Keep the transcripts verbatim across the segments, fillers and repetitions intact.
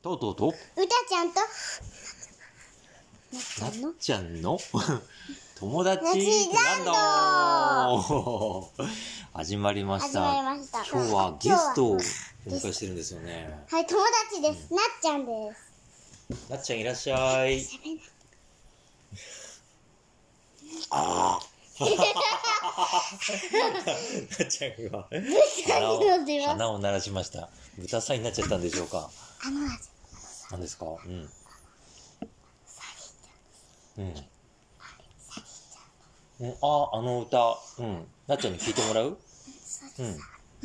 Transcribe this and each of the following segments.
とうとうとうたちゃんとなっちゃんの友達ランドランド始まりました。 始まりました。 今日はゲストをお迎えしてるんですよね。 はい、友達です。なっちゃんです。 なっちゃんいらっしゃい。ああ。なっちゃんが鼻を鼻を鳴らしました。豚さんになっちゃったんでしょうか。 あの味。 何ですか。うん。うん。うん、あ、あの歌、うん、なっちゃんに聞いてもらう？うん。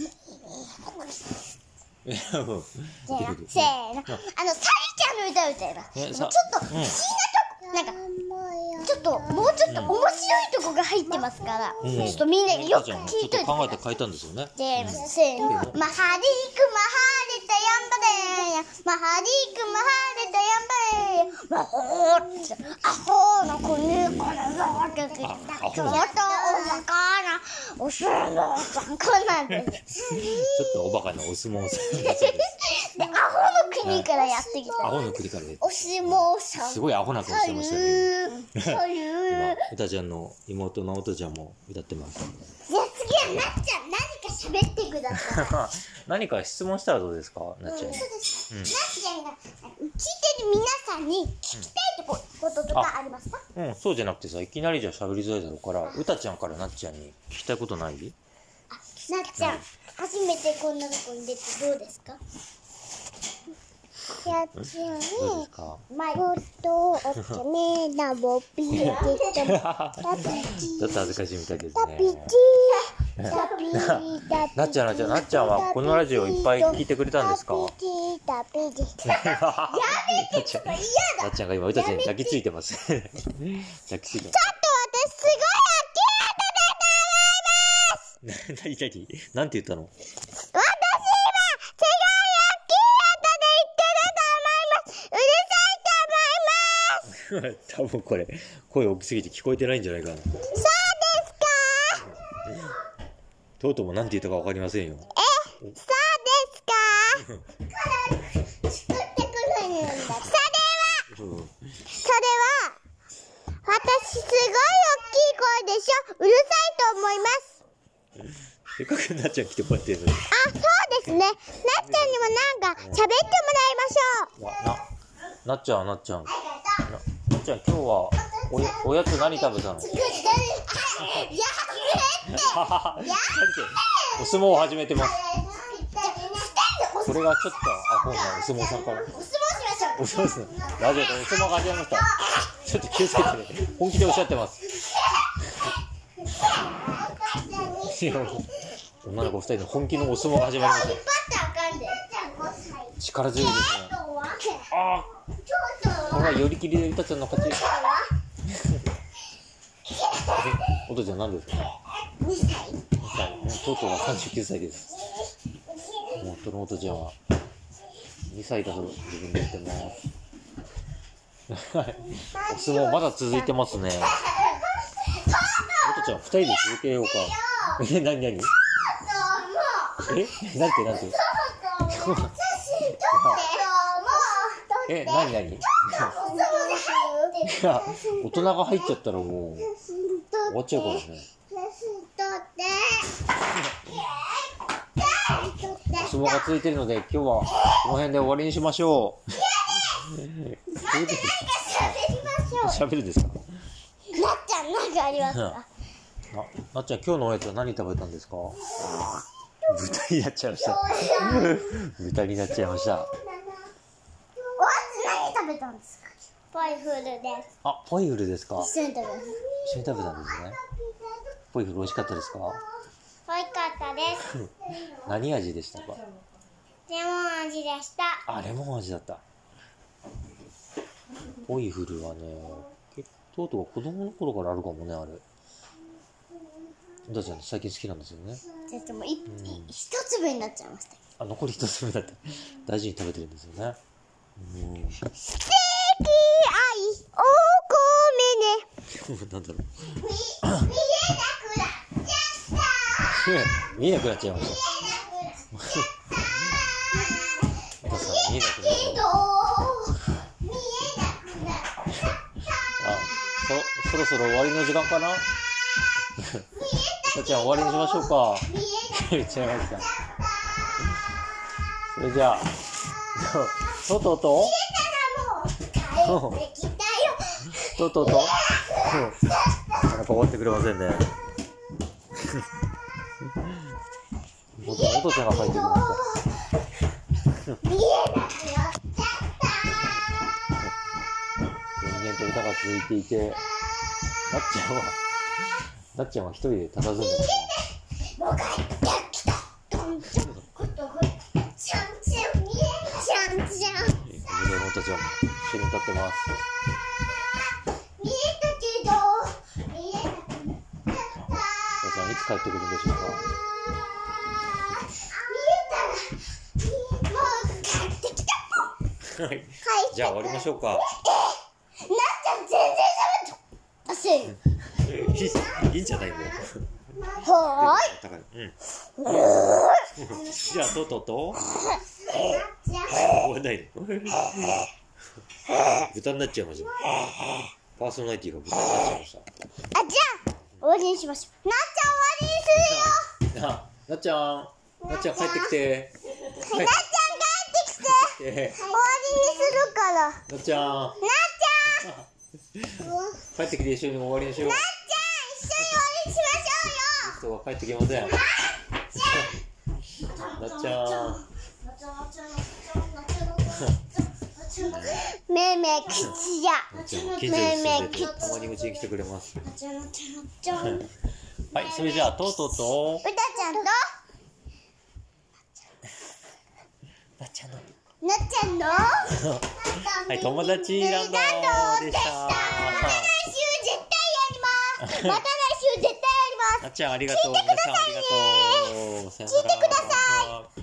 せーの、あのサリちゃんの歌を歌います。ちょっと不思議なとこ、なんかちょっともうちょっと面白いとこが入ってますから、うん、ちょっとみんなよく聞いといてください。 ちょっと考えて書いたんですよね。 で、うん、せーの、マハリークマハレタヤンバレーヤ、マハリークマハレタヤンバレーヤ、マホーってアホの子にこれだけ聞いた。ちょっとおバカなお相撲さんこなんです。 ちょっとおバカなお相撲さんです。 で、アホの国からやってきた。 アホの国からお相撲さん。 すごいアホな顔してましたね。 そういう。 今、うたちゃんの妹のおとちゃんも歌ってます。 じゃあ次はなっちゃん、何か喋ってください。 何か質問したらどうですか、なっちゃんに。 うん、そうです。うん、なっちゃんが聞いてる皆さんに聞きたいこととかありますか？ うん、そうじゃなくてさ、いきなりじゃ喋りづらいだろうから、うたちゃんからなっちゃんに聞きたいことない？ あ、なっちゃん、うん、初めてこんなとこに出てどうですか？やっちゃんにもっとお茶目なボピーでちょっと恥ずかしいみたいですね。なっちゃん、なっちゃん、なっちゃんはこのラジオいっぱい聞いてくれたんですか？なっちゃんが今うたちゃんに抱きついてます。抱きついてます。ちょっと私すごい大きい音だと思います。何何なんて言ったの？多分これ声大きすぎて聞こえてないんじゃないかな。そうですか？とうとうもなんて言ったかわかりませんよ。え、 そうですか？作ってくるんだ。それは、それは私すごい大きい声でしょ。うるさいと思います。 せっかくなっちゃん来てもらってるのに。 あ、そうですね。なっちゃんにもなんか喋ってもらいましょう。 な、なっちゃん、なっちゃん。なっちゃん、今日はおや、おやつ何食べたの？やめて。お相撲を始めてます。これがちょっとアホなお相撲さんから。お相撲しましょう。お相撲する。ラジオでお相撲が始まりました。ちょっと気をつけてね。本気でおっしゃってます。女の子二人の本気のお相撲が始まりました。力強いですね。ああ。これは寄り切りでうたちゃんの勝ち。おとちゃん何ですか？にさい。にさい。とうとうはさんじゅうきゅうさいです。夫のおとちゃんはにさいだと自分で言ってます。お相撲まだ続いてますね。おとちゃんふたりで続けようか。え、なになに？え、なんてなんて？え、なになに？いや、大人が入っちゃったらもう終わっちゃうからね。お相撲が続いてるので今日はこの辺で終わりにしましょう。喋るんですか？なっちゃんなんかありますか？ な, なっちゃん今日のおやつは何食べたんですか？豚になっちゃいました。豚になっちゃいました。 おやつ何食べたんですか？ポイフルです。 あ、ポイフルですか？ 一緒に食べた。 一緒に食べたんですね。ポイフル美味しかったですか？ 美味しかったです。 何味でしたか？ レモン味でした。 あ、レモン味だった。ポイフルはね、結構とうとう子供の頃からあるかもね、あれ。うたちゃん最近好きなんですよね。 ちょっともう一、うん、一粒になっちゃいました。 あ、残り一粒だって大事に食べてるんですよね。うん。 ステーキ愛おこめね。 なんだろう。 見えなくなっちゃった。 見えなくなっちゃいました。お父さん見えなくなっちゃいました。 そろそろ終わりの時間かな。たっちゃん終わりにしましょうか。言っちゃいました。それじゃあ、とうとうととうとうとなかなか終わってくれませんね。おとちゃんが帰ってきました。 見えなくなっちゃった延々と歌が続いていて、なっちゃんはなっちゃんは一人で佇んでますね。 もう帰ってきた。どんちゃんことほちゃんちゃん見えちゃんちゃんここでのたちゃんも一緒に歌ってます。 見えたけど見えなくなっちゃった。 たっちゃんいつ帰ってくるんでしょうか。はい、じゃあ終わりましょうか。 なっちゃん全然喋ってません。 いいんじゃないの。 はーい。うん。じゃあとうとうと。終わんないの。豚になっちゃいました。パーソナリティが豚になっちゃいました。 あ、じゃあ終わりにしましょう。なっちゃん終わりにするよ。 な、なっちゃん、なっちゃん帰ってきて。 なっちゃん帰ってきて。終わりにするから。 なっちゃん。 なっちゃん。 帰ってきて一緒に終わりにしよう。 なっちゃん、一緒に終わりにしましょうよ。 人が帰ってきません。なっちゃん。 めいめい吉じゃ。 近所に住んでて、たまにうちに来てくれます。はい、それじゃあとうとうと。 うたちゃんと。 なっちゃんの。 なっちゃんの。 はい、友達ランドでした。 また来週絶対やります。また来週絶対やります。 なっちゃんありがとう。皆さんありがとう。さよなら。 聞いてください。